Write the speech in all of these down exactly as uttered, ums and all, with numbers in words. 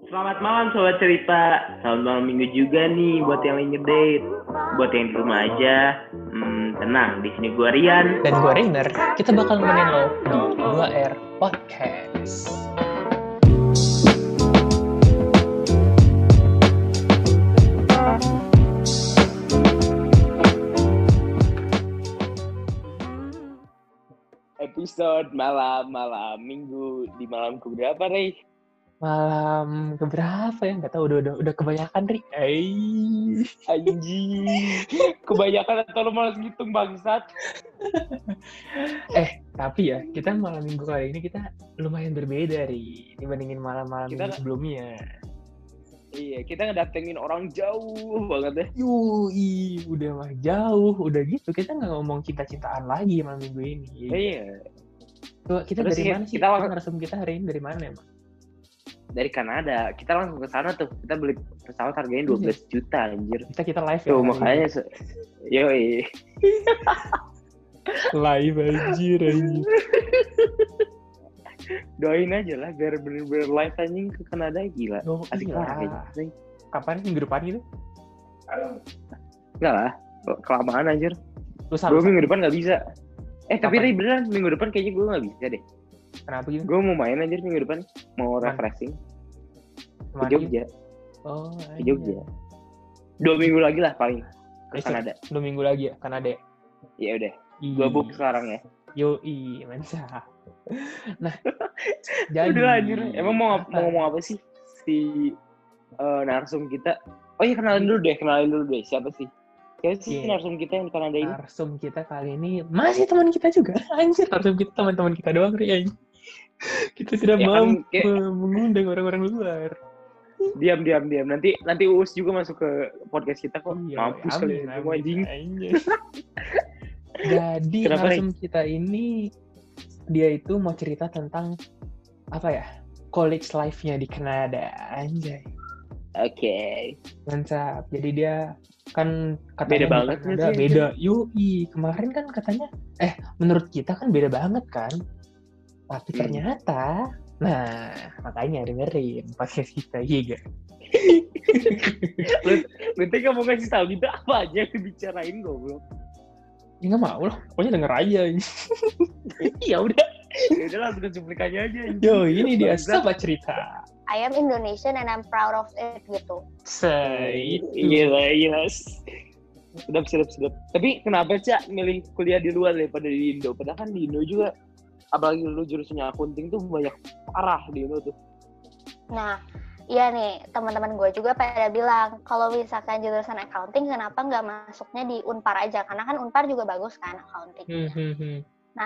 Selamat malam sobat cerita. Selamat malam minggu juga nih buat yang lagi ngedate. Buat yang di rumah aja, hmm, tenang. Di sini gue Rian dan gue Rainer. Kita bakal nemenin lo di dua R Podcast. Episode malam-malam minggu di malam keberapa, Rey? Malam keberapa ya? Gak tau, udah udah udah kebanyakan, Rik. Ay, anjing. Kebanyakan atau lo malas ngitung bangsat? eh, tapi ya, kita malam minggu kali ini kita lumayan berbeda, Rik, dibandingin malam-malam Kita- minggu sebelumnya. Iya, kita ngedatengin orang jauh banget deh. Yui, udah mah jauh, udah gitu. Kita nggak ngomong cinta-cintaan lagi malam minggu ini. Iya, Coba kita Terus dari kita- mana sih? kita Kita langsung- narasum kita hari ini dari mana emang? dari Kanada. Kita langsung ke sana tuh. Kita beli pesawat harganya dua belas juta, anjir. Kita kita live ya. Tuh, hari makanya se- yoi. ini. live anjir anjir. Doain aja lah biar bener-bener live anjing ke Kanada, gila. Oh, Asik iya. banget. anjing. Kapan minggu depan gitu? Enggak lah, kelamaan anjir. Lusa, Gue lusa. minggu depan gak bisa. Eh tapi Kapan? Ray, beneran minggu depan kayaknya gue gak bisa deh. Kenapa gitu? Gue mau main anjir minggu depan. Mau Kemana? refreshing ke Kemana Jogja. gitu? Oh, Ke Jogja. Dua minggu lagi lah paling ke Besok, Kanada. dua minggu lagi ya, Kanada. Ya? Ya udah, Ih, gue book sekarang ya. Yoi, mantap. Nah, jadi. Udah lah, anjir. Emang mau, ngap- apa? mau ngomong apa sih si uh, narsum kita? Oh iya, kenalin dulu deh, kenalin dulu deh. Siapa sih? Siapa sih Yeah. narsum kita yang di Kanada ini? Narsum kita kali ini masih teman kita juga. Anjir, narsum kita teman-teman kita doang, Ri. Kita tidak Ya mau kan, kayak- me- mengundang orang-orang luar. Diam, diam, diam. Nanti nanti Uus juga masuk ke podcast kita kok. Iya, Mampus kali amin, semua amin, anjing. anjing. Jadi Kenapa, narsum kita ini dia itu mau cerita tentang apa ya? College life-nya di Kanada, anjay. Oke. Mantap. Jadi dia kan katanya Beda di banget Kanada, nggak sih, beda. Yui, kemarin kan katanya eh menurut kita kan beda banget kan. Tapi Hmm. ternyata nah, makanya dengerin podcast kita, iya gak? Lu lu tadi kamu ngasih tahu gitu apa aja yang dibicarain goblok. Ya nggak mau lah, pokoknya denger aja. Ya udah. Ya udah langsung ke cuplikannya aja. anjing. Yo, ini dia Bangsat. Sobat Cerita. I am Indonesian and I'm proud of it gitu. Say itu. Iya lah, yes. Sedap, sedap, sedap. Tapi kenapa Cak milih kuliah di luar daripada di Indo? Padahal kan di Indo juga, apalagi lu jurusannya akunting tuh banyak parah di Indo tuh. Nah, iya nih teman-teman gue juga pada bilang kalau misalkan jurusan accounting kenapa nggak masuknya di Unpar aja? Karena kan Unpar juga bagus kan accounting. Hmm, hmm, hmm.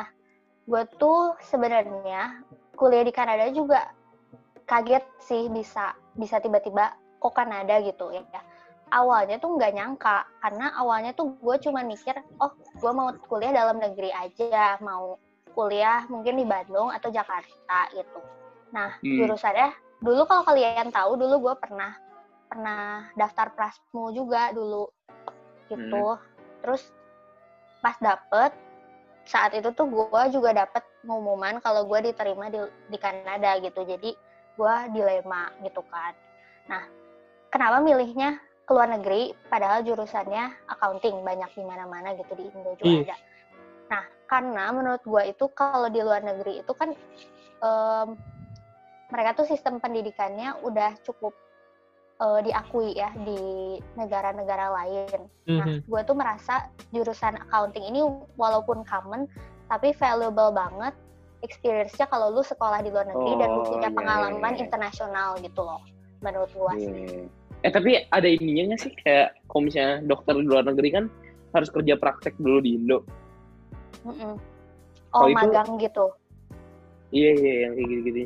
Gue tuh sebenarnya kuliah di Kanada juga kaget sih bisa bisa tiba-tiba kok Kanada gitu ya. Awalnya tuh nggak nyangka karena awalnya tuh gue cuma mikir oh gue mau kuliah dalam negeri aja, mau kuliah mungkin di Bandung atau Jakarta gitu. Nah Hmm. jurusannya dulu kalau kalian tahu dulu gue pernah pernah daftar Prasmu juga dulu gitu. Terus pas dapet saat itu tuh gue juga dapet pengumuman kalau gue diterima di di Kanada gitu. Jadi gue dilema gitu kan. Nah, kenapa milihnya ke luar negeri padahal jurusannya accounting banyak di mana-mana gitu di Indo juga Iya. ada. Nah, karena menurut gue itu kalau di luar negeri itu kan em, mereka tuh sistem pendidikannya udah cukup eh, diakui ya di negara-negara lain. Nah, Mhm. gue tuh merasa jurusan accounting ini walaupun common, tapi valuable banget experience-nya kalau lu sekolah di luar negeri dan lu Oh, punya iya, pengalaman iya, iya. internasional gitu loh, menurut gue sih. Iya. Eh tapi ada ininya nggak sih? Kayak kalau misalnya dokter di luar negeri kan harus kerja praktek dulu di Indo. Mm-mm. Kalau Oh, itu- magang gitu. Iya, iya, yang kayak gitu-gitu.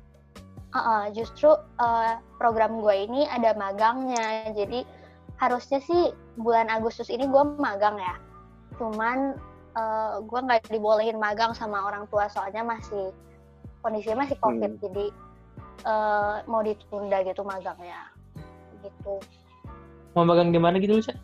Uh-uh, justru uh, program gue ini ada magangnya, jadi harusnya sih bulan Agustus ini gue magang ya. Cuman uh, gue nggak dibolehin magang sama orang tua soalnya masih kondisinya masih COVID, Hmm. jadi uh, mau ditunda gitu magangnya. Gitu. Mau magang di mana gitu, Cak?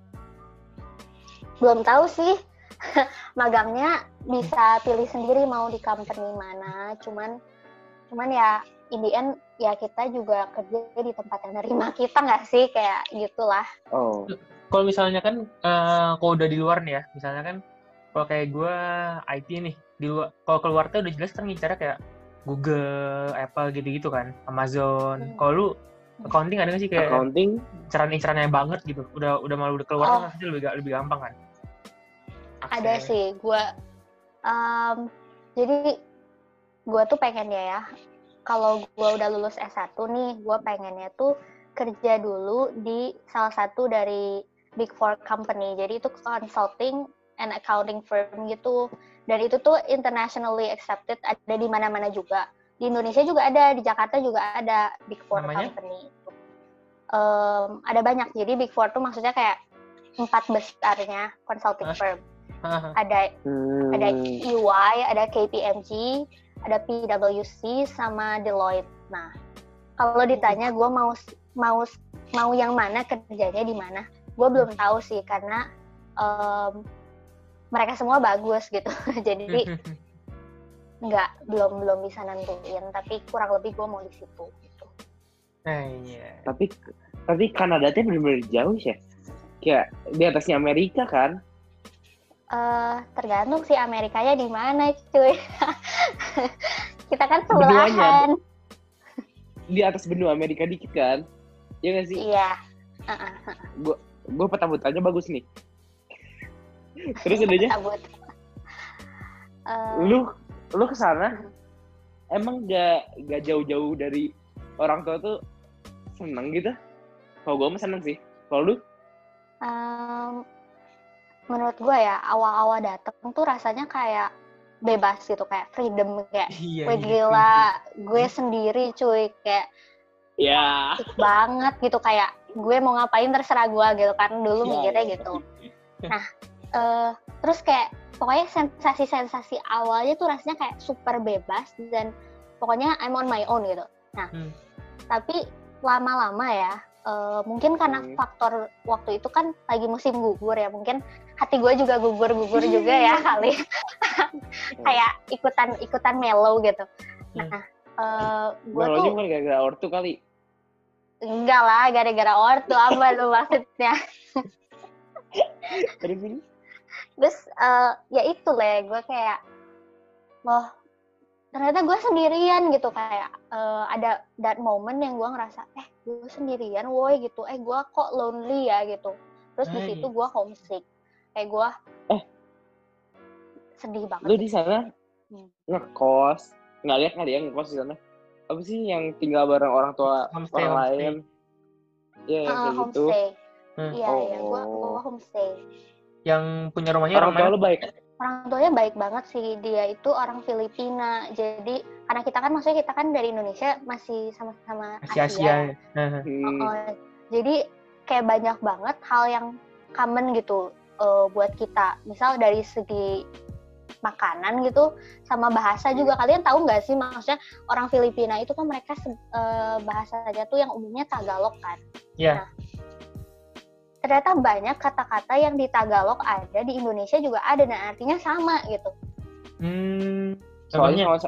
Belum tahu sih. Magangnya bisa pilih sendiri mau di company mana, cuman Cuman ya in the end ya kita juga kerja di tempat yang nerima kita nggak sih, kayak gitulah. Oh. Kalau misalnya kan, uh, kalau udah di luar nih ya, misalnya kan, kalau kayak gue I T nih, di luar, kalau keluar tuh udah jelas kan ngincarnya kayak Google, Apple gitu-gitu kan, Amazon. Hmm. Kalau lu accounting ada nggak sih kayak accounting incaran-incarannya banget gitu? Udah udah malu udah keluar oh. kan pasti lebih lebih gampang kan? Akses. Ada sih, gue um, jadi gue tuh pengennya ya, kalau gue udah lulus S satu nih, gue pengennya tuh kerja dulu di salah satu dari Big Four company. Jadi itu consulting and accounting firm gitu. Dan itu tuh internationally accepted, ada di mana-mana juga. Di Indonesia juga ada, di Jakarta juga ada Big Four Namanya? company. Um, ada banyak. Jadi Big Four tuh maksudnya kayak empat besarnya consulting Huh? firm. Ada hmm. ada E Y, ada K P M G, ada P W C sama Deloitte. Nah, kalau ditanya gue mau mau mau yang mana kerjanya di mana, gue belum tahu sih karena um, mereka semua bagus gitu. Jadi nggak belum belum bisa nentuin. Tapi kurang lebih gue mau di situ. Gitu. Eh, yeah. Tapi tapi Kanada tuh benar-benar jauh ya. Kayak di atasnya Amerika kan? Uh, tergantung sih Amerikanya di mana, cuy. Kita kan sebelahan. Di atas benua Amerika dikit kan? Iya nggak sih? Iya. Uh-uh. Gue gue peta-petanya bagus nih. Terus adanya? Uh, lu lu kesana emang gak gak jauh-jauh dari orang tua tuh seneng gitu? Kalau gue mah seneng sih. Kalau lu? Um, menurut gue ya awal-awal dateng tuh rasanya kayak bebas gitu, kayak freedom, kayak iya, gue iya, gila, iya. gue sendiri cuy, kayak ya yeah. banget gitu, kayak gue mau ngapain terserah gue gitu kan, dulu yeah, mikirnya yeah. gitu. Nah, uh, terus kayak pokoknya sensasi-sensasi awalnya tuh rasanya kayak super bebas dan pokoknya I'm on my own gitu. Nah, hmm. tapi lama-lama ya, uh, mungkin karena hmm. faktor waktu itu kan lagi musim gugur ya, mungkin hati gue juga gugur-gugur juga ya kali. Kayak ikutan-ikutan mellow gitu. Nah, uh, gue tuh... bukan gara-gara ortu kali? Enggak lah, gara-gara ortu apa tuh maksudnya. Terus, uh, ya itu lah, gue kayak, loh, ternyata gue sendirian gitu, kayak uh, ada that moment yang gue ngerasa, eh, gue sendirian, woi gitu, eh, gue kok lonely ya gitu. Terus di situ gue homesick, kayak gue eh, sedih banget. Lu di sana hmm. ngekos, nggak lihat nggak ya ngekos di sana? Apa sih yang tinggal bareng orang tua homestay, orang homestay. lain? Iya, uh, kayak gitu. Iya, hmm. iya, gue gue homestay. Yang punya rumahnya orang tua lu baik? Orang tuanya baik banget sih, dia itu orang Filipina. Jadi karena kita kan maksudnya kita kan dari Indonesia masih sama-sama Asia. Asia. Ya. Hmm. Uh, jadi kayak banyak banget hal yang common gitu uh, buat kita. Misal dari segi makanan gitu, sama bahasa juga. Kalian tahu nggak sih maksudnya orang Filipina itu kan mereka uh, bahasanya tuh yang umumnya Tagalog kan? Iya. Yeah. Nah, ternyata banyak kata-kata yang di Tagalog ada, di Indonesia juga ada, dan artinya sama gitu. Hmm, soalnya sama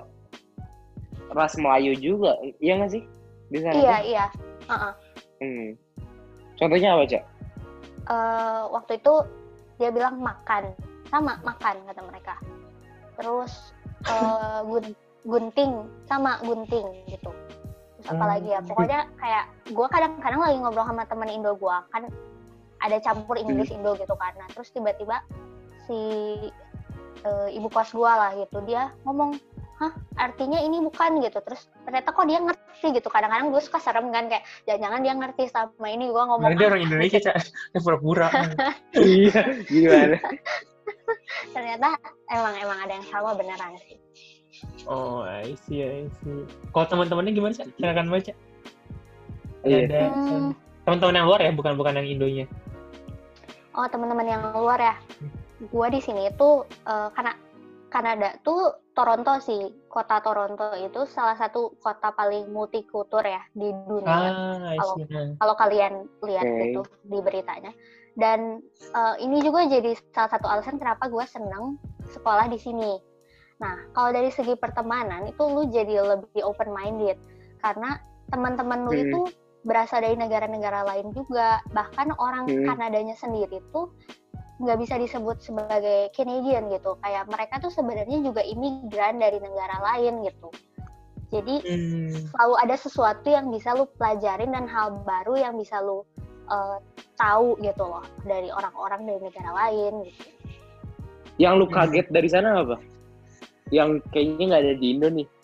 ras Melayu juga, iya nggak sih? Di sana iya, tuh? iya. Uh-uh. Hmm. Contohnya apa, Cak? Uh, waktu itu dia bilang makan, sama makan kata mereka. Terus uh, gun- gunting, sama gunting gitu. Terus apa lagi ya? Pokoknya kayak gue kadang-kadang lagi ngobrol sama temen Indo gue, kan ada campur Inggris Indo gitu kan. Nah, terus tiba-tiba si uh, ibu kos gue lah gitu, dia ngomong, hah artinya ini bukan gitu. Terus ternyata kok dia ngerti gitu. Kadang-kadang gue suka serem kan, kayak jangan-jangan dia ngerti sama ini gue ngomong. Nah, dia orang Indonesia, Cak. Dia pura-pura. Iya, gimana? Ternyata emang emang ada yang sama beneran sih. Oh, I see, I see. Kalau teman-temannya gimana, Cak? Silakan baca. Iya. Ada hmm. teman-teman yang luar ya, bukan bukan yang Indonya. Oh, teman-teman yang luar ya. Gua di sini tuh uh, karena Kanada tuh Toronto sih. Kota Toronto itu salah satu kota paling multikultur ya di dunia. Ah, kalau kalau kalian lihat okay. gitu di beritanya. Dan uh, ini juga jadi salah satu alasan kenapa gue seneng sekolah di sini. Nah, kalau dari segi pertemanan itu lu jadi lebih open minded karena teman-teman lu Hmm. itu berasal dari negara-negara lain juga. Bahkan orang Hmm. Kanadanya sendiri tuh nggak bisa disebut sebagai Canadian gitu. Kayak mereka tuh sebenarnya juga imigran dari negara lain gitu. Jadi Hmm. selalu ada sesuatu yang bisa lu pelajarin dan hal baru yang bisa lu uh, tahu gitu loh dari orang-orang dari negara lain gitu. Yang lu kaget dari sana apa? Yang kayaknya nggak ada di Indo nih.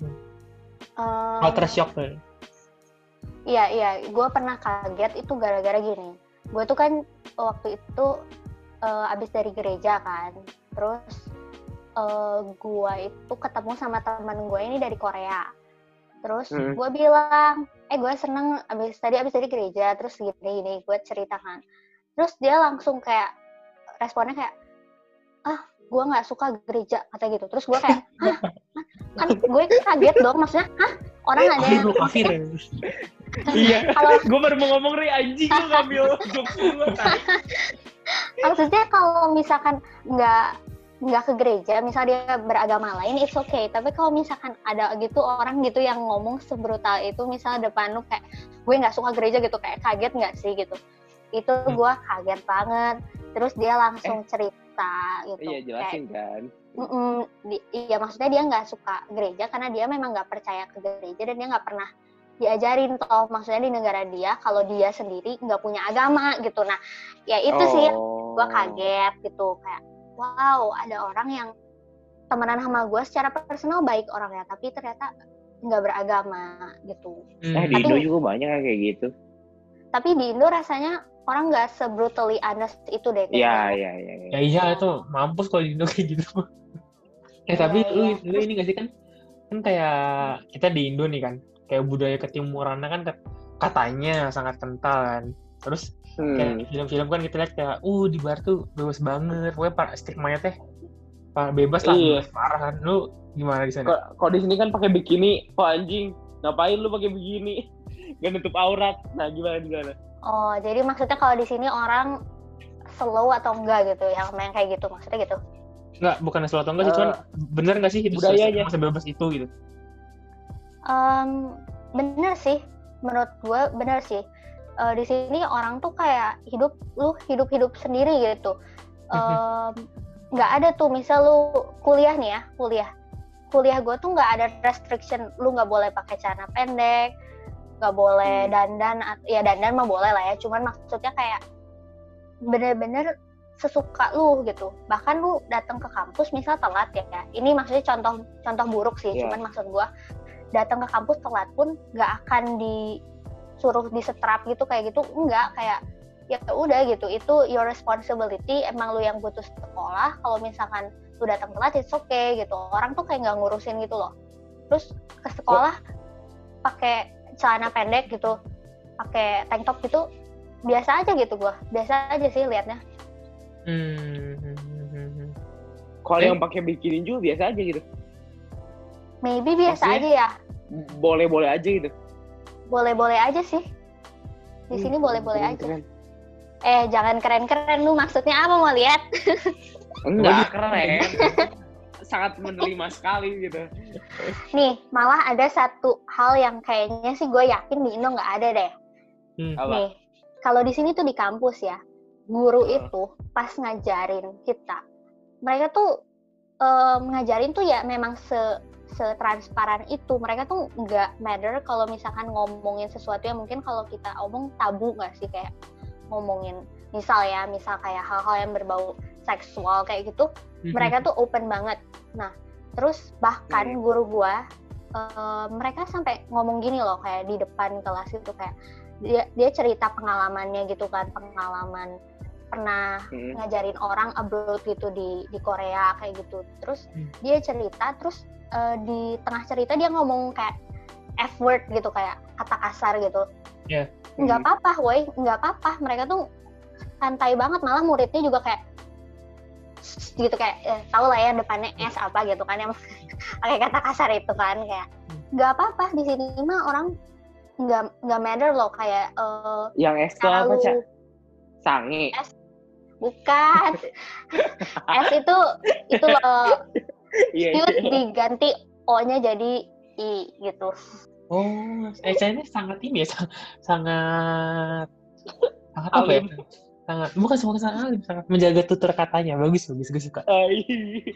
Um, Culture shock tuh. Iya, iya. Gue pernah kaget itu gara-gara gini. Gue tuh kan waktu itu uh, abis dari gereja kan. Terus uh, gue itu ketemu sama teman gue ini dari Korea. Terus Hmm. gue bilang, eh gue seneng abis tadi abis dari gereja. Terus gini-gini gue ceritakan. Terus dia langsung kayak responnya kayak, ah gue nggak suka gereja kata gitu. Terus gue kayak, hah? Kan gue kaget dong. Maksudnya, hah? Orang ada Kafir yang lu kafir. Iya. kalau Gue baru mau ngomong Ri, anjing lu ngambil jokes gue kan. maksudnya kalau misalkan nggak nggak ke gereja, misal dia beragama lain, it's okay. Tapi kalau misalkan ada gitu orang gitu yang ngomong sebrutal itu, misal depan lu kayak, gue nggak suka gereja gitu, kayak kaget nggak sih gitu? Itu gue kaget banget. Terus dia langsung cerita gitu. Iya jelasin kayak, kan. Mm-mm, di- iya maksudnya dia nggak suka gereja karena dia memang nggak percaya ke gereja dan dia nggak pernah diajarin toh, maksudnya di negara dia kalau dia sendiri nggak punya agama gitu. Nah ya itu Oh. sih gue kaget gitu, kayak wow ada orang yang temenan sama gue secara personal baik orangnya tapi ternyata nggak beragama gitu. Hmm. Eh di Tapi- Indo juga banyak kayak gitu. Tapi di Indo rasanya orang nggak sebrutally honest itu deh Iya kayaknya. iya iya. Ya iya itu mampus kalau di Indo kayak gitu. Eh Iya, tapi lu, iya. lu ini gak sih kan kan kayak kita di Indo nih kan kayak budaya ketimurannya kan kat- katanya sangat kental kan. Terus kayak Hmm. film-film kan kita lihat kayak uh di bar tuh bebas banget. Pokoknya pak stigmanya teh pak bebas lah, Iya. bebas parah kan. Lu gimana di sana? Kok kok di sini kan pakai bikini, kok anjing. Ngapain lu pakai bikini? Gak nutup aurat. Nah gimana di sana? Oh jadi maksudnya kalau di sini orang slow atau enggak gitu, yang main kayak gitu maksudnya gitu? Enggak, bukan asal atau enggak sih, Eh, cuman bener nggak sih itu budayanya. masa bebas itu gitu? Um, bener sih, menurut gue bener sih. Uh, di sini orang tuh kayak hidup, lu hidup-hidup sendiri gitu. Um, nggak ada tuh, misal lu kuliah nih ya, kuliah. Kuliah gue tuh nggak ada restriction, lu nggak boleh pakai celana pendek, nggak boleh Hmm. dandan, at- ya dandan mah boleh lah ya. Cuman maksudnya kayak bener-bener sesuka lu gitu. Bahkan lu datang ke kampus misal telat ya. Ini maksudnya contoh contoh buruk sih. Iya. Cuman maksud gua datang ke kampus telat pun nggak akan disuruh disetrap gitu kayak gitu. Enggak, kayak ya udah gitu. Itu your responsibility. Emang lu yang butuh sekolah. Kalau misalkan lu datang telat it's okay gitu. Orang tuh kayak nggak ngurusin gitu loh. Terus ke sekolah pakai celana pendek gitu, pakai tank top gitu, biasa aja gitu gua. Biasa aja sih liatnya. Hmm. Kalau Eh? yang pakai bikini juga biasa aja gitu. Maybe biasa Maksudnya? aja ya. Boleh-boleh aja gitu. Boleh-boleh aja sih. Di sini Hmm, boleh-boleh keren, aja. keren. Eh, jangan keren-keren lu, maksudnya apa mau lihat? Enggak keren. Sangat menerima sekali gitu. Nih, malah ada satu hal yang kayaknya sih gue yakin di Indo nggak ada deh. Hmm. Apa? Nih, kalau di sini tuh di kampus ya, guru Uh. itu pas ngajarin kita, mereka tuh eh, ngajarin tuh ya memang se setransparan itu. Mereka tuh nggak matter kalau misalkan ngomongin sesuatu yang mungkin kalau kita omong tabu nggak sih, kayak ngomongin misal ya, misal kayak hal-hal yang berbau seksual kayak gitu, mereka tuh open banget. Nah, terus bahkan Hmm. guru gua eh, mereka sampai ngomong gini loh, kayak di depan kelas itu kayak dia dia cerita pengalamannya gitu kan, pengalaman pernah Hmm. ngajarin orang abroad gitu di di Korea kayak gitu. Terus Hmm. dia cerita, terus eh, di tengah cerita dia ngomong kayak F word gitu, kayak kata kasar gitu. Iya. Nggak Hmm. apa-apa, woi, nggak apa-apa. Mereka tuh santai banget, malah muridnya juga kayak gitu, kayak eh, tau lah ya depannya S apa gitu kan, yang pakai kata kasar itu kan, kayak nggak apa-apa. Di sini mah orang nggak nggak matter loh, kayak eh, Yang es itu cara apa, lu- Cak? Sange. bukan S itu itu loh Iya, cute iya. diganti O-nya jadi I gitu. Oh, Eca ini sangat ini ya, sang- sangat sangat apa ya? Alim. Sangat bukan semua sangat alim, sangat menjaga tutur katanya. Bagus, bagus, gue suka. Ai.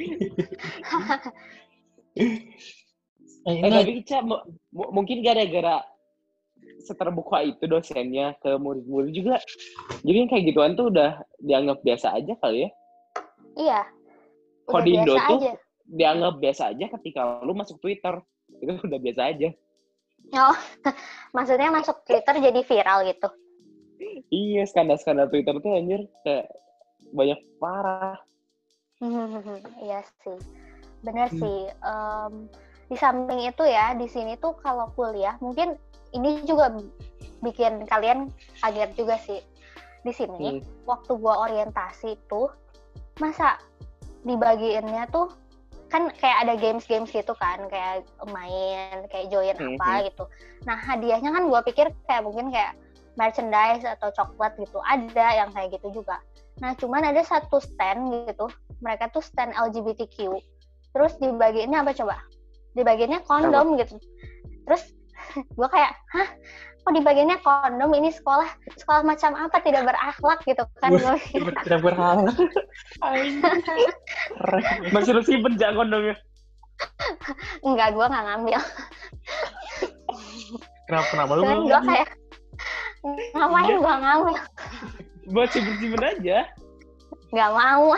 Eh, Eh enggak, tapi Ca, mu- mu- mungkin gara-gara seterbuka itu dosennya ke murid-murid juga, jadi yang kayak gituan tuh udah dianggap biasa aja kali ya. Iya, Kalau udah di Indo biasa tuh aja. dianggap biasa aja ketika lu masuk Twitter, itu udah biasa aja. Oh, maksudnya masuk Twitter jadi viral gitu. Iya, skandal-skandal Twitter tuh anjir kayak banyak parah. Iya sih, bener Hmm. sih. Em, di samping itu ya, di sini tuh kalau kuliah, mungkin ini juga bikin kalian kaget juga sih. Di sini, Hmm. waktu gua orientasi tuh, masa dibagiinnya tuh, kan kayak ada games-games gitu kan, kayak main, kayak join Hmm, apa hmm. gitu. Nah, hadiahnya kan gua pikir kayak mungkin kayak merchandise atau coklat gitu, ada yang kayak gitu juga. Nah, cuman ada satu stand gitu, mereka tuh stand L G B T Q. Terus dibagiinnya apa coba? Dibagiinnya kondom gitu. Terus gue kayak, hah? Kok dibagiinnya kondom? Ini sekolah sekolah macam apa? Tidak berakhlak gitu kan? Wih, Gue tidak, tidak berhala. Keren. Masih lu simpen ja kondomnya? enggak, gue nggak ngambil. Kenapa, kenapa lu Cuman belum gue ngambil? kayak, ngapain Iya. gue ngambil? Buat simpen-simpen aja. Nggak mau.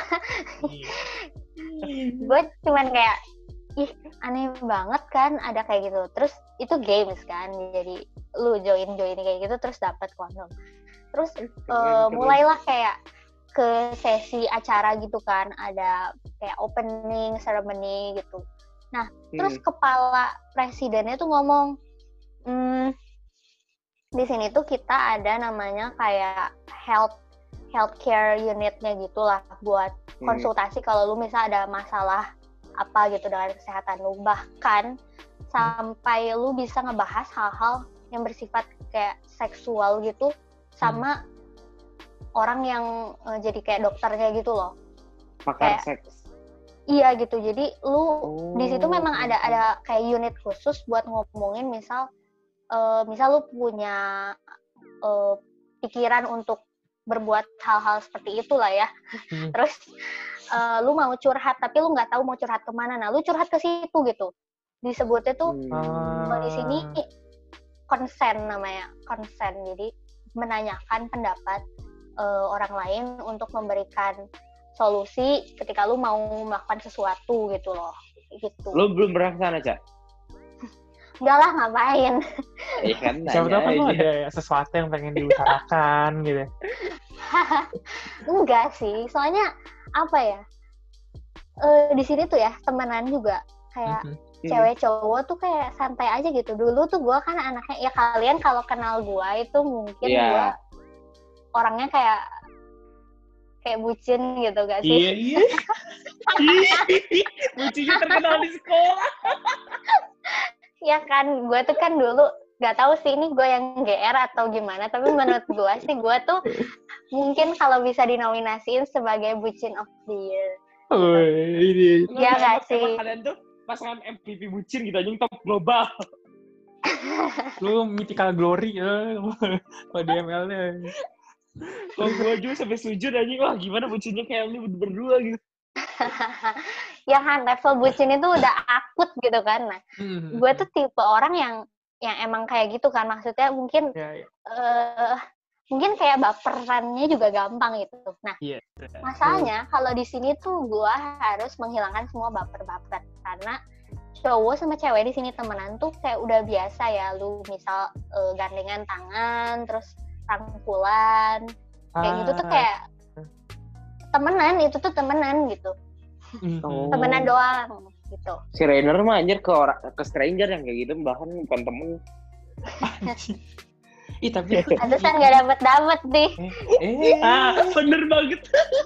Iya. Gue cuman kayak, ih aneh banget kan ada kayak gitu. Terus itu games kan, jadi lu join-join kayak gitu terus dapat kondom. Terus Keren, uh, keren. mulailah kayak ke sesi acara gitu kan, ada kayak opening ceremony gitu. Nah, terus Hmm. kepala presidennya tuh ngomong, hmm, di sini tuh kita ada namanya kayak health healthcare unitnya gitulah buat Hmm. konsultasi kalau lu misal ada masalah apa gitu dengan kesehatan lu, bahkan sampai lu bisa ngebahas hal-hal yang bersifat kayak seksual gitu sama orang yang uh, jadi kayak dokternya gitu loh. Pakar Kayak- seks. Iya gitu. Jadi lu Oh. di situ memang ada ada kayak unit khusus buat ngomongin misal uh, misal lu punya uh, pikiran untuk berbuat hal-hal seperti itulah ya. Hmm. Terus uh, lu mau curhat tapi lu nggak tahu mau curhat kemana. Nah lu curhat ke situ gitu. Disebutnya tuh Hmm. kalau di sini konsen namanya, konsen. Jadi menanyakan pendapat uh, orang lain untuk memberikan solusi ketika lu mau melakukan sesuatu gitu loh. Gitu. Lu belum pernah kesana, Cak? Enggak lah, ngapain. Iya kan, Siapa tahu kan lu aja. ada sesuatu yang pengen diutarakan gitu. Enggak sih, soalnya apa ya? Uh, di sini tuh ya temenan juga kayak Mhm. cewek cowok tuh kayak santai aja gitu. Dulu tuh gue kan anaknya, ya kalian kalau kenal gue itu mungkin Iya. gue orangnya kayak kayak bucin gitu gak sih? Iya, iya. Bucinya terkenal di sekolah. Ya kan, gue tuh kan dulu gak tahu sih ini gue yang G R atau gimana, tapi menurut gue sih gue tuh mungkin kalau bisa dinominasiin sebagai bucin of the year. Oh, ini. Iya Emang- nggak emang sih? Kalian tuh pasangan M V P bucin gitu aja, top global. Lu mythical glory ya. Oh, D M L-nya. Kalau gue juga sampai sujud aja, wah gimana bucinnya kayak lu berdua gitu. Ya kan, level bucin itu udah akut gitu kan. Nah, Hmm. gue tuh tipe orang yang yang emang kayak gitu kan, maksudnya mungkin Ya, ya. eh mungkin kayak baperannya juga gampang gitu. Nah, Iya. masalahnya kalau di sini tuh gue harus menghilangkan semua baper-baper karena cowok sama cewek di sini temenan tuh kayak udah biasa ya, lu misal eh, gandengan tangan, terus rangkulan, kayak gitu tuh Ah. kayak temenan, itu tuh temenan gitu, Mhm. Oh. temenan doang gitu. Si Rainer mah anjir ke orang ke stranger yang kayak gitu, bahkan bukan temen. Ih, tapi Pantesan gak dapet-dapet nih. eh, Ah, bener banget.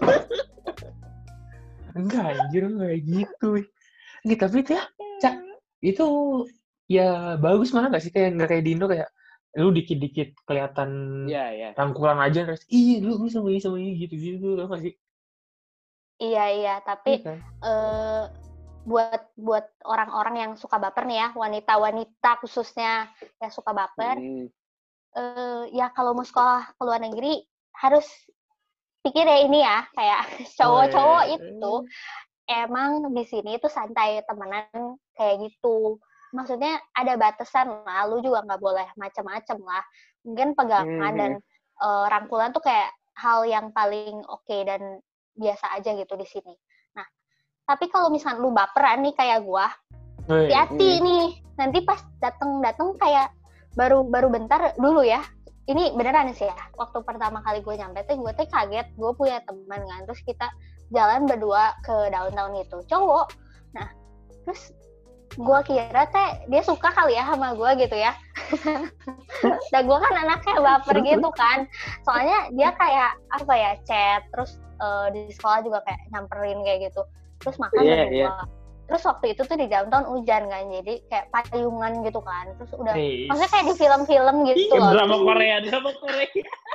enggak anjir, enggak kayak gitu. Nggak, tapi itu ya, Cak, itu ya bagus malah nggak sih, kayak nggak kayak di Indo kayak lu dikit-dikit kelihatan Iya, iya. rangkulan aja terus ih lu lu sama ini sama ini gitu-gitu, tau nggak sih? Iya iya, tapi Iya kan? eh, buat buat orang-orang yang suka baper nih ya, wanita-wanita khususnya yang suka baper, Hmm. eh, ya kalau mau sekolah ke luar negeri harus pikir ya ini ya, kayak cowok-cowok itu emang di sini tuh santai temenan kayak gitu. Maksudnya ada batasan lah, lu juga nggak boleh macem-macem lah. Mungkin pegangan Mhm. dan eh, rangkulan tuh kayak hal yang paling oke dan biasa aja gitu di sini. Nah, tapi kalau misalnya lu baperan nih kayak gua, Woi. hati-hati Hmm. nih. Nanti pas dateng-dateng kayak baru baru bentar dulu ya. Ini beneran sih ya. Waktu pertama kali gue nyampe tuh gue tuh kaget, gue punya teman kan. Terus kita jalan berdua ke downtown itu, cowok. Nah, terus gue kira teh dia suka kali ya sama gue gitu ya. Dan gue kan anaknya baper gitu kan. Soalnya dia kayak apa ya, chat, terus eh, di sekolah juga kayak nyamperin kayak gitu. Terus makan Iya, berdua. iya. Terus waktu itu tuh di downtown hujan kan, jadi kayak payungan gitu kan. Terus udah, Hey. maksudnya kayak di film-film gitu loh. Drama Korea, drama Korea.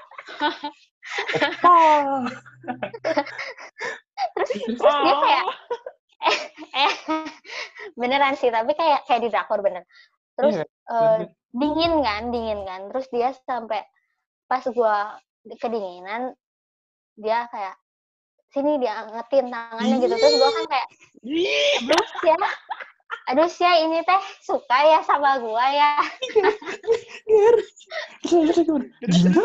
Oh. Terus terus dia kayak eh, eh beneran sih, tapi kayak kayak di drakor bener. Terus Iya, eh, bener. dingin kan, dingin kan. Terus dia sampai pas gua kedinginan, dia kayak sini dia angetin tangannya gitu. Terus gua kan kayak aduh ya, aduh sih ini teh suka ya sama gua ya. Gila.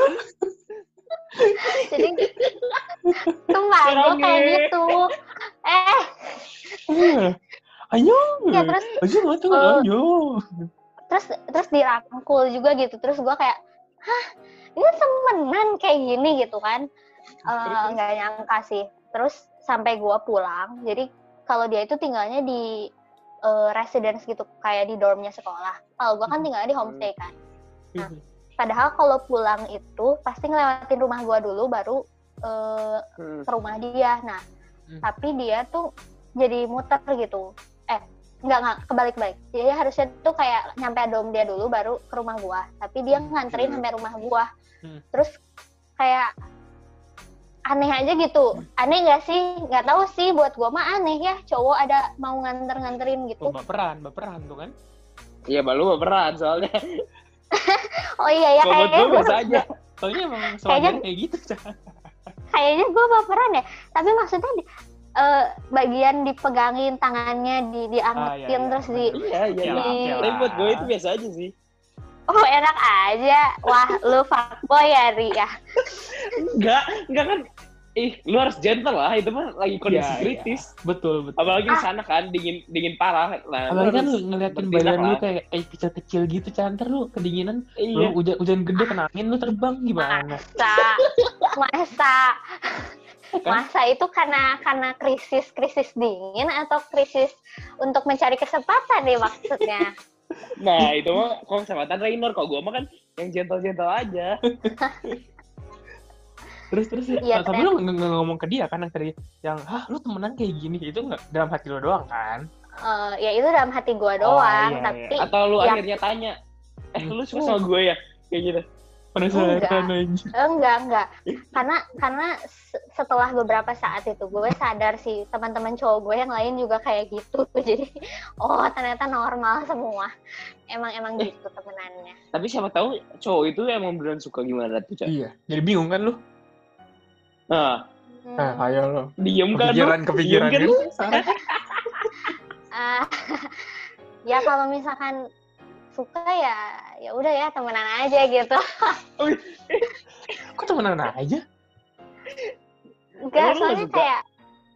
Jadi sumpah gua kayak gitu. Eh, Iya. Ayo. ya terus Ayo nggak tahu. eh, Ayo. terus terus dirangkul juga gitu. Terus gua kayak, hah, ini temenan kayak gini gitu kan. Eh, nggak nyangka sih. Terus sampai gua pulang, jadi kalau dia itu tinggalnya di eh, residence gitu, kayak di dormnya sekolah. Kalau gua kan tinggalnya di homestay kan. Nah, padahal kalau pulang itu pasti ngelewatin rumah gua dulu baru eh, Hmm. ke rumah dia. Nah, Hmm. tapi dia tuh jadi muter gitu. Eh, enggak enggak kebalik-balik. Jadi harusnya tuh kayak nyampe dom dia dulu baru ke rumah gua. Tapi dia nganterin Hmm. sampai rumah gua. Hmm. Terus kayak aneh aja gitu. Aneh nggak sih? Nggak tahu sih. Buat gua mah aneh ya. Cowok ada mau nganter-nganterin gitu. Oh, baperan, baperan tuh kan. Iya, baru berat soalnya. Oh iya ya, Kalau buat kayaknya gue gua, biasa aja. Soalnya emang Kayaknya- sewajarnya kayak gitu, Cak. kayaknya gua baperan ya. Tapi maksudnya di, eh, bagian dipegangin tangannya, di diangetin Ah, iya, iya. terus di Bener. Iya, iya, Oke iya. lah, oke Tapi lah. buat gue itu biasa aja sih. oh enak aja. Wah, lu fuckboy ya, Ri ya. Enggak, enggak kan. Ih, lu harus gentle lah. Itu mah lagi kondisi Iya, kritis. Betul, betul. Apalagi di Ah. sana kan dingin dingin parah. Nah, Apalagi kan harus lu ngeliatin bertindak badan lu lah. kayak kayak kecil-kecil gitu, canter lu kedinginan. Iya. Lu hujan hujan gede kena angin lu terbang gimana? Masa, masa, masa itu karena karena krisis krisis dingin atau krisis untuk mencari kesempatan nih maksudnya? Nah, itu mah kalau kesempatan Raynor. Kalau gue mah kan yang gentle-gentle aja. Terus terus Iya, tapi lu nggak nggak ngomong ke dia kan yang tadi yang ah lu temenan kayak gini itu nggak dalam hati lu doang kan? Eh, ya itu dalam hati gue Oh, doang, iya, tapi Atau lu Ya. akhirnya tanya, eh lu suka sama gue ya? Kayak gitu. Penasaran Enggak. anjing. enggak enggak karena karena se- setelah beberapa saat itu gue sadar sih teman-teman cowok gue yang lain juga kayak gitu. Jadi oh ternyata normal semua, emang emang gitu temenannya. Tapi siapa tahu cowok itu emang beneran suka gimana tuh, Cak. Iya, jadi bingung kan lu? Nah, Hmm. Nah, ayo lu. diem kan lu? Kepikiran kepikiran Diem kan kan? lu? Sarah. Ah, ya kalau misalkan suka ya ya udah ya temenan aja gitu. Kok temenan aja? Enggak, Emang lu soalnya nggak suka? kayak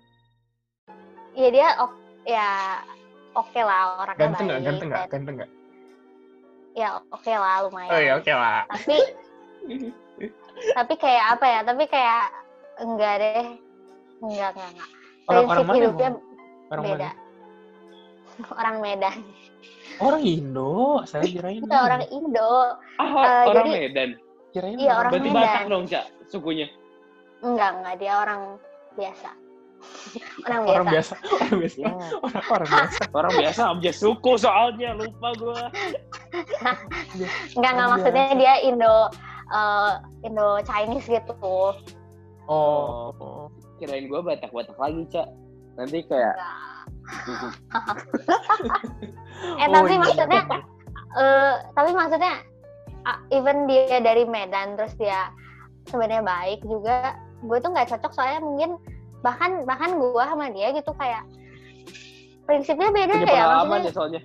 ya dia ok- ya oke lah orangnya Ganteng nggak? baik Ganteng nggak? dan Ganteng nggak? ya oke lah lumayan. Oh iya, oke lah. Tapi tapi kayak apa ya? Tapi kayak enggak deh. Enggak, enggak, enggak. Orang Prinsip orang mana hidupnya emang? Orang beda. mana? Orang Medan. Orang Indo. Saya kirain. Kita orang Indo. Ah, Eh, orang jadi- Medan. Kirain Iya, orang Berarti Medan. Batak dong, Cak, sukunya. Enggak, enggak. Dia orang biasa. Orang biasa. orang biasa. Orang biasa. Ya, Orang orang biasa. orang biasa aja suku soalnya, lupa gue. Enggak, enggak. Maksudnya dia Indo, eh, Indo Chinese gitu. Oh. Kirain gue Batak-Batak lagi, Cak. Nanti kayak Enggak. eh Oh, tapi iya. maksudnya eh tapi maksudnya uh, even dia dari Medan terus dia sebenarnya baik juga, gue tuh nggak cocok soalnya mungkin bahkan bahkan gue sama dia gitu kayak prinsipnya beda Punya ya pengalaman maksudnya. ya soalnya.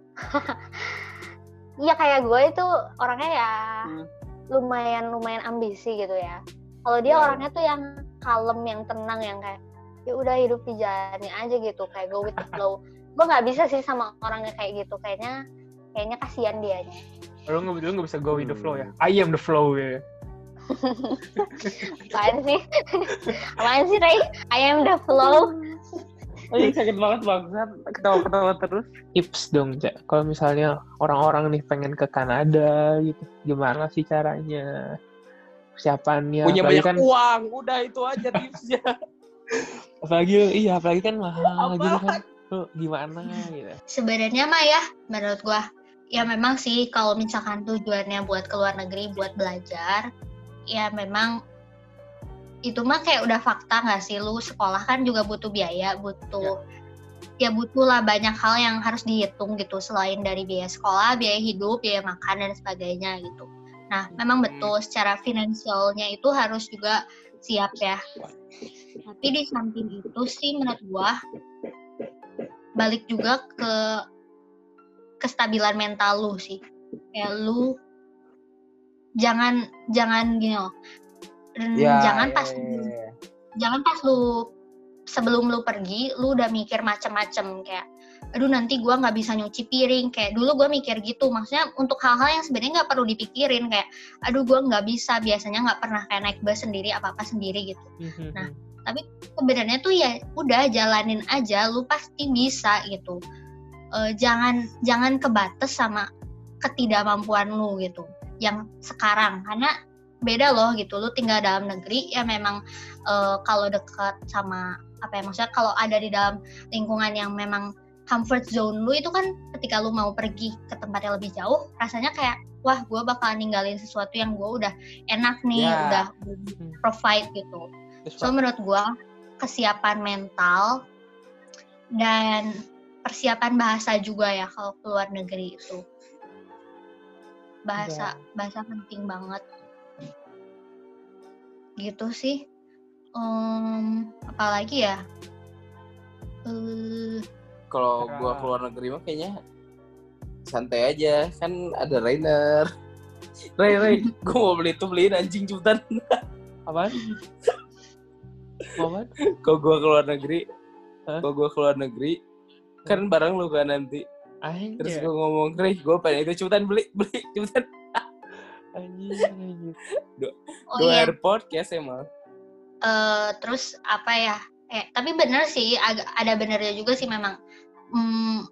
Iya kayak gue itu orangnya ya Hmm. lumayan lumayan ambisi gitu ya. Kalau dia Ya, orangnya tuh yang kalem, yang tenang, yang kayak ya udah hidup di jalannya aja gitu, kayak go with the flow. Gue nggak bisa sih sama orangnya kayak gitu, kayaknya kayaknya kasihan dianya. Lu nggak lu nggak bisa go with the flow ya. Hmm. I am the flow ya. Apaan sih? Apaan sih Ray? I am the flow. Oh iya, sakit banget bangsat, ketawa-ketawa terus. Tips dong, Cak. Kalau misalnya orang-orang nih pengen ke Kanada gitu, gimana sih caranya? Persiapannya, Punya apalagi banyak kan, uang, udah itu aja tipsnya. apalagi iya, apalagi kan mahal Apaan? gitu kan. Lu gimana gitu? Sebenarnya mah ya, menurut gua ya memang sih kalau misalkan tujuannya buat ke luar negeri, buat belajar, ya memang itu mah kayak udah fakta nggak sih, lu sekolah kan juga butuh biaya, butuh ya. ya butuh lah banyak hal yang harus dihitung gitu, selain dari biaya sekolah, biaya hidup, biaya makan dan sebagainya gitu. Nah memang betul secara finansialnya itu harus juga siap ya. Tapi di samping itu sih menurut gua balik juga ke kestabilan mental lu sih, kayak lu jangan jangan gini loh. Dan Ya, jangan ya, pas ya, lu, ya. jangan pas lu sebelum lu pergi lu udah mikir macem-macem kayak aduh nanti gua nggak bisa nyuci piring, kayak dulu gua mikir gitu, maksudnya untuk hal-hal yang sebenarnya nggak perlu dipikirin, kayak aduh gua nggak bisa, biasanya nggak pernah kayak naik bus sendiri apa apa sendiri gitu. Nah tapi sebenarnya tuh ya udah jalanin aja, lu pasti bisa gitu. E, jangan jangan kebatas sama ketidakmampuan lu gitu yang sekarang, karena beda loh gitu, lu tinggal dalam negeri ya memang uh, kalau dekat sama apa ya, maksudnya kalau ada di dalam lingkungan yang memang comfort zone lu itu kan, ketika lu mau pergi ke tempat yang lebih jauh rasanya kayak wah gue bakal ninggalin sesuatu yang gue udah enak nih, Ya. udah provide gitu. So menurut gue kesiapan mental dan persiapan bahasa juga ya kalau keluar negeri itu, bahasa bahasa penting banget gitu sih. Um, apalagi ya uh, Kalau gua keluar negeri mah kayaknya santai aja, kan ada Rainer. Ray, Ray, gua mau beli itu beliin anjing cutan. Apaan? Apaan? Kalau gua keluar negeri, Hah? kalau gua keluar negeri, kan bareng lu kan nanti. Anjir. Terus gua ngomong, Ray, gua pengen itu cutan, beli, beli cutan. Anjir, anjir. oh Gua iya airport cash emang. uh, terus apa ya, eh tapi benar sih, agak ada benarnya juga sih memang. Hmm,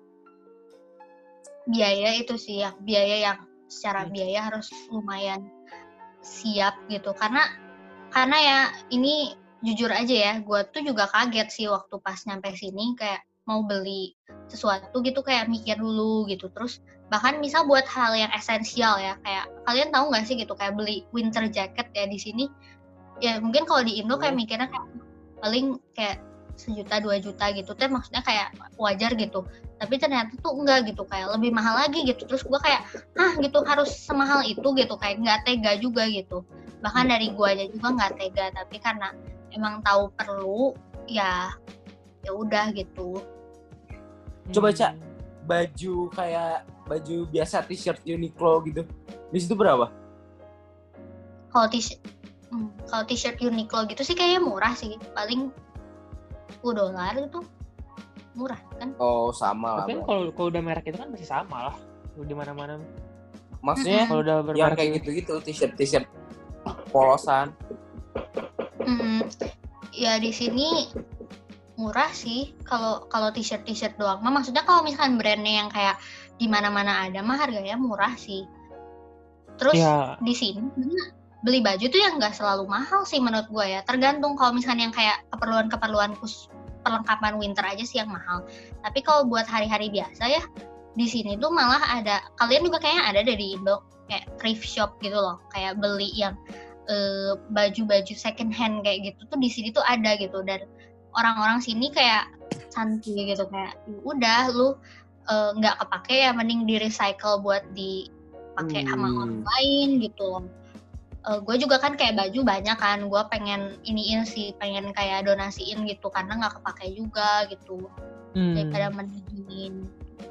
biaya itu sih ya, biaya yang secara biaya harus lumayan siap gitu, karena karena ya ini jujur aja ya, gue tuh juga kaget sih waktu pas nyampe sini, kayak mau beli sesuatu gitu kayak mikir dulu gitu. Terus bahkan misal buat hal yang esensial ya, kayak kalian tahu nggak sih gitu, kayak beli winter jacket ya di sini ya, mungkin kalau di Indo kayak mikirnya kayak paling kayak sejuta dua juta gitu, tuh maksudnya kayak wajar gitu, tapi ternyata tuh enggak gitu, kayak lebih mahal lagi gitu. Terus gue kayak ah gitu, harus semahal itu gitu, kayak nggak tega juga gitu. Bahkan dari gue aja juga nggak tega, tapi karena emang tahu perlu ya ya udah gitu. Coba Cak, baju kayak baju biasa t-shirt Uniqlo gitu, di situ berapa? Kalau t-shirt hmm, kalau t-shirt Uniqlo gitu sih kayaknya murah sih, paling sepuluh dolar itu murah kan? Oh sama lah. Tapi kalau kalau udah merek itu kan masih sama lah di mana-mana. Maksudnya Kalau udah yang bermerek kayak gitu-gitu t-shirt t-shirt polosan. Hmm, ya di sini murah sih kalau kalau t-shirt t-shirt doang mah, maksudnya kalau misalkan brandnya yang kayak di mana-mana ada mah harganya murah sih. Terus ya. Di sini beli baju tuh yang nggak selalu mahal sih menurut gue ya, tergantung. Kalau misalkan yang kayak keperluan-keperluan khusus perlengkapan winter aja sih yang mahal, tapi kalau buat hari-hari biasa ya di sini tuh malah ada, kalian juga kayaknya ada dari Indo kayak thrift shop gitu loh, kayak beli yang uh, baju-baju second hand kayak gitu tuh di sini tuh ada gitu. Dan orang-orang sini kayak santuy gitu kayak udah lu nggak uh, kepake ya mending di recycle buat dipakai hmm. sama orang lain gitu loh. Uh, gue juga kan kayak baju banyak kan, gue pengen iniin sih, pengen kayak donasiin gitu karena nggak kepake juga gitu hmm. daripada mendingin.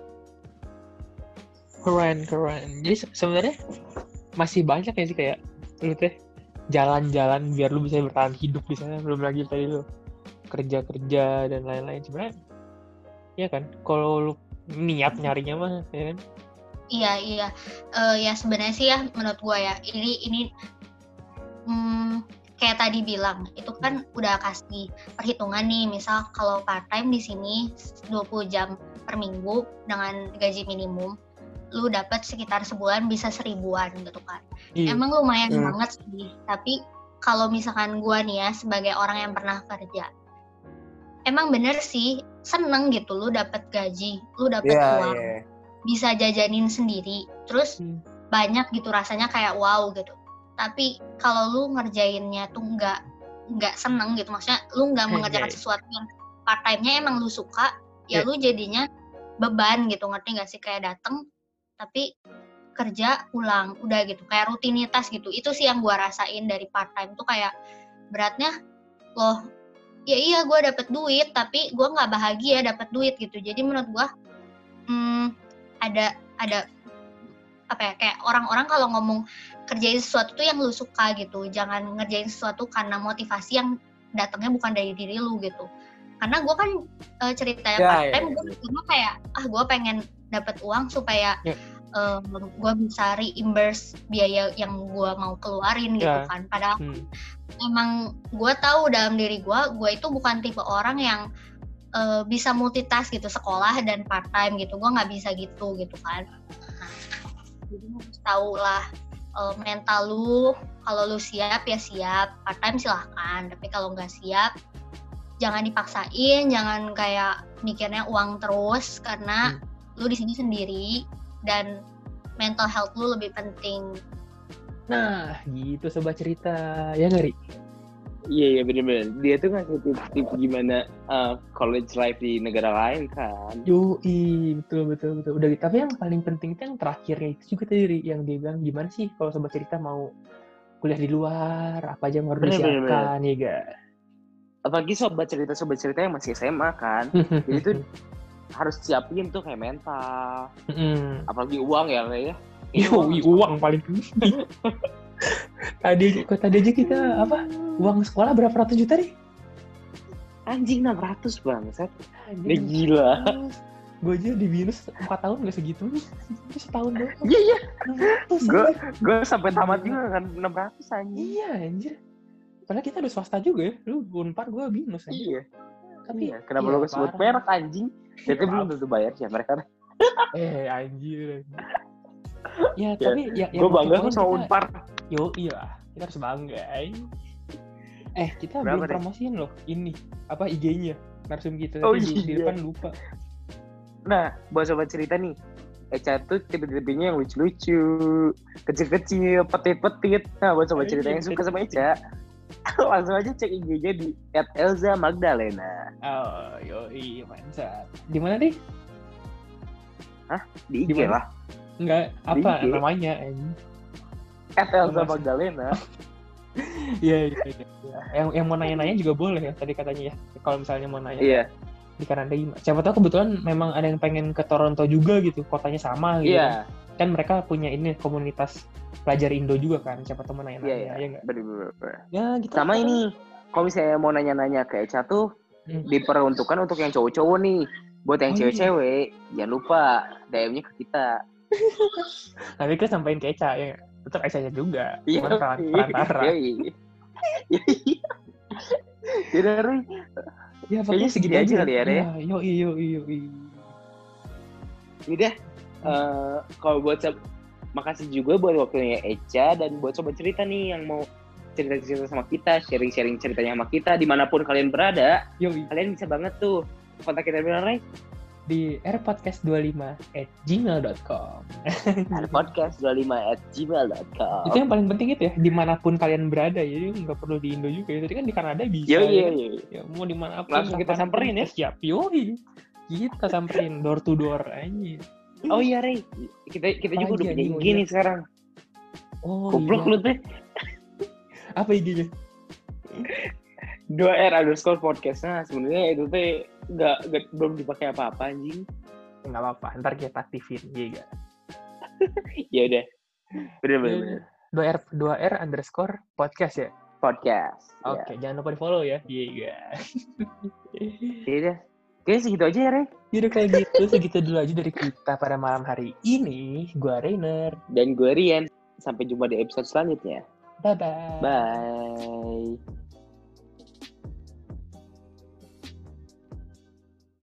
Keren keren. Jadi se- sebenarnya masih banyak ya sih kayak lu teh jalan-jalan biar lu bisa bertahan hidup di sana, belum lagi tadi lu kerja-kerja dan lain-lain. Sebenarnya ya kan kalau lu niat nyarinya mah ya kan. Iya iya uh, ya sebenarnya sih ya menurut gue ya ini ini Hmm, kayak tadi bilang itu kan udah kasih perhitungan nih, misal kalau part time di sini dua puluh jam per minggu dengan gaji minimum lu dapat sekitar sebulan bisa seribuan gitu kan. Iya. Emang lumayan hmm. banget sih, tapi kalau misalkan gua nih ya sebagai orang yang pernah kerja emang bener sih seneng gitu lu dapat gaji, lu dapat yeah, uang yeah. bisa jajanin sendiri terus hmm. banyak gitu rasanya kayak wow gitu. Tapi kalau lu ngerjainnya tuh nggak nggak seneng gitu, maksudnya lu nggak mengerjakan sesuatu yang part time-nya emang lu suka, ya yeah. lu jadinya beban gitu, ngerti nggak sih, kayak dateng tapi kerja pulang udah gitu, kayak rutinitas gitu. Itu sih yang gua rasain dari part time tuh kayak beratnya loh, ya iya gua dapet duit tapi gua nggak bahagia dapet duit gitu. Jadi menurut gua hmm, ada ada apa ya, kayak orang-orang kalau ngomong kerjain sesuatu tuh yang lu suka gitu, jangan ngerjain sesuatu karena motivasi yang datangnya bukan dari diri lu gitu. Karena gue kan e, ceritanya yeah, part time, yeah, yeah. gue kayak ah gue pengen dapat uang supaya yeah. e, gue bisa reimburse biaya yang gue mau keluarin gitu yeah. kan. Padahal hmm. emang gue tahu dalam diri gue, gue itu bukan tipe orang yang e, bisa multitask gitu, sekolah dan part time gitu, gue nggak bisa gitu gitu kan. Nah, jadi harus tahu lah uh, mental lu, kalau lu siap ya siap, part time silahkan, tapi kalau nggak siap jangan dipaksain, jangan kayak mikirnya uang terus karena hmm. lu di sini sendiri dan mental health lu lebih penting. Nah gitu sobat cerita ya nggak Ri? Iya iya benar-benar. Dia tuh ngasih tips gimana uh, college life di negara lain kan. Yoi, betul betul betul. Udah, tapi yang paling penting itu yang terakhirnya itu juga tadi yang dia bilang gimana sih kalau sobat cerita mau kuliah di luar, apa aja yang harus disiapkan ya ga? Apalagi sobat cerita sobat cerita yang masih S M A kan. Jadi tuh harus siapin tuh kayak mental. Apalagi uang ya ya. Yoi, uang paling penting. Tadi kok tadi aja kita apa uang sekolah berapa ratus juta nih? Anjing enam ratus bangsat. Udah gila. Gue aja di binus empat tahun gak segitu. Itu setahun doang. Iya iya. Gue gue sampai tamat juga kan enam ratus anjing. Iya anjir. Padahal kita udah swasta juga ya. Lu Unpar gue binus aja. Iya. Tapi iya, kenapa iya, lu sebut merek anjing? Jadi belum tentu bayar sih mereka. Eh anjir. Ya tapi ya, ya gue bangga sama Unpar. Yo iya, kita harus bangga. Eh kita belum promosiin loh ini apa I G-nya narsum kita. Oh, tapi iya. di depan lupa. Nah, buat sobat cerita nih, Echa tuh tipe-tipenya yang lucu-lucu, kecil-kecil, petit-petit. Nah, buat sobat cerita yang suka sama Echa, langsung aja cek I G-nya di et elza magdalena. Oh, yoi, mantap. Di mana nih? Hah? Di I G Dimana? Lah. Enggak, apa namanya? et elza magdalena. Iya, iya, iya. Yang yang mau nanya-nanya juga boleh ya tadi katanya ya. Kalau misalnya mau nanya. Iya. Di Kanada gimana? Siapa tahu kebetulan memang ada yang pengen ke Toronto juga gitu, kotanya sama gitu. Iya. Kan mereka punya ini komunitas pelajar Indo juga kan. Siapa tahu mau nanya-nanya. Iya, iya. Ya enggak? Bener-bener. Ya, gitu. Sama kan. Ini, kalau misalnya mau nanya-nanya ke Echa tuh hmm. diperuntukkan untuk yang cowok-cowok nih. Buat yang oh, cewek-cewek, iya. jangan lupa D M-nya ke kita. Nanti kita sampein ke Echa ya. Tetap Echa-nya juga. Iya. Perantara. Iya. Jadi Rui, ya pokoknya segitu aja kali ya, ya. Yo yo yo yo. Udah, uh, kalau buat sob- makasih juga buat waktunya Echa dan buat sobat cerita nih yang mau cerita-cerita sama kita, sharing-sharing ceritanya sama kita dimanapun kalian berada. Yo. Kalian bisa banget tuh kontak kita beneran, Ray. di r podcast dua puluh lima at gmail dot com. r podcast dua puluh lima at gmail dot com. Itu yang paling penting itu ya, dimanapun kalian berada ya, jadi nggak perlu di Indo juga ya. Tadi kan di Kanada bisa. Yo, ya, iya, kan? iya. Ya mau dimanapun. Langsung kita samperin ya. Siap, yoi. Kita samperin door to door aja. Oh iya Rey, kita kita juga udah punya I G nih sekarang. Oh Goblok iya. lu teh. Apa I G-nya? dua R underscore podcast. Nah sebenarnya itu teh nggak nggak- belum dipakai apa-apa anjing. Nggak apa-apa, ntar kita aktifin. Iya. Ya udah. Bener bener. bener. dua R dua R underscore podcast ya. Podcast. Oke, jangan lupa di follow ya. Iya. Ya udah. Kayaknya segitu aja ya Rey. Yaudah kalau gitu, segitu dulu aja dari kita pada malam hari ini. Gua Rainer. Dan gue Rian. Sampai jumpa di episode selanjutnya. Bye-bye. Bye.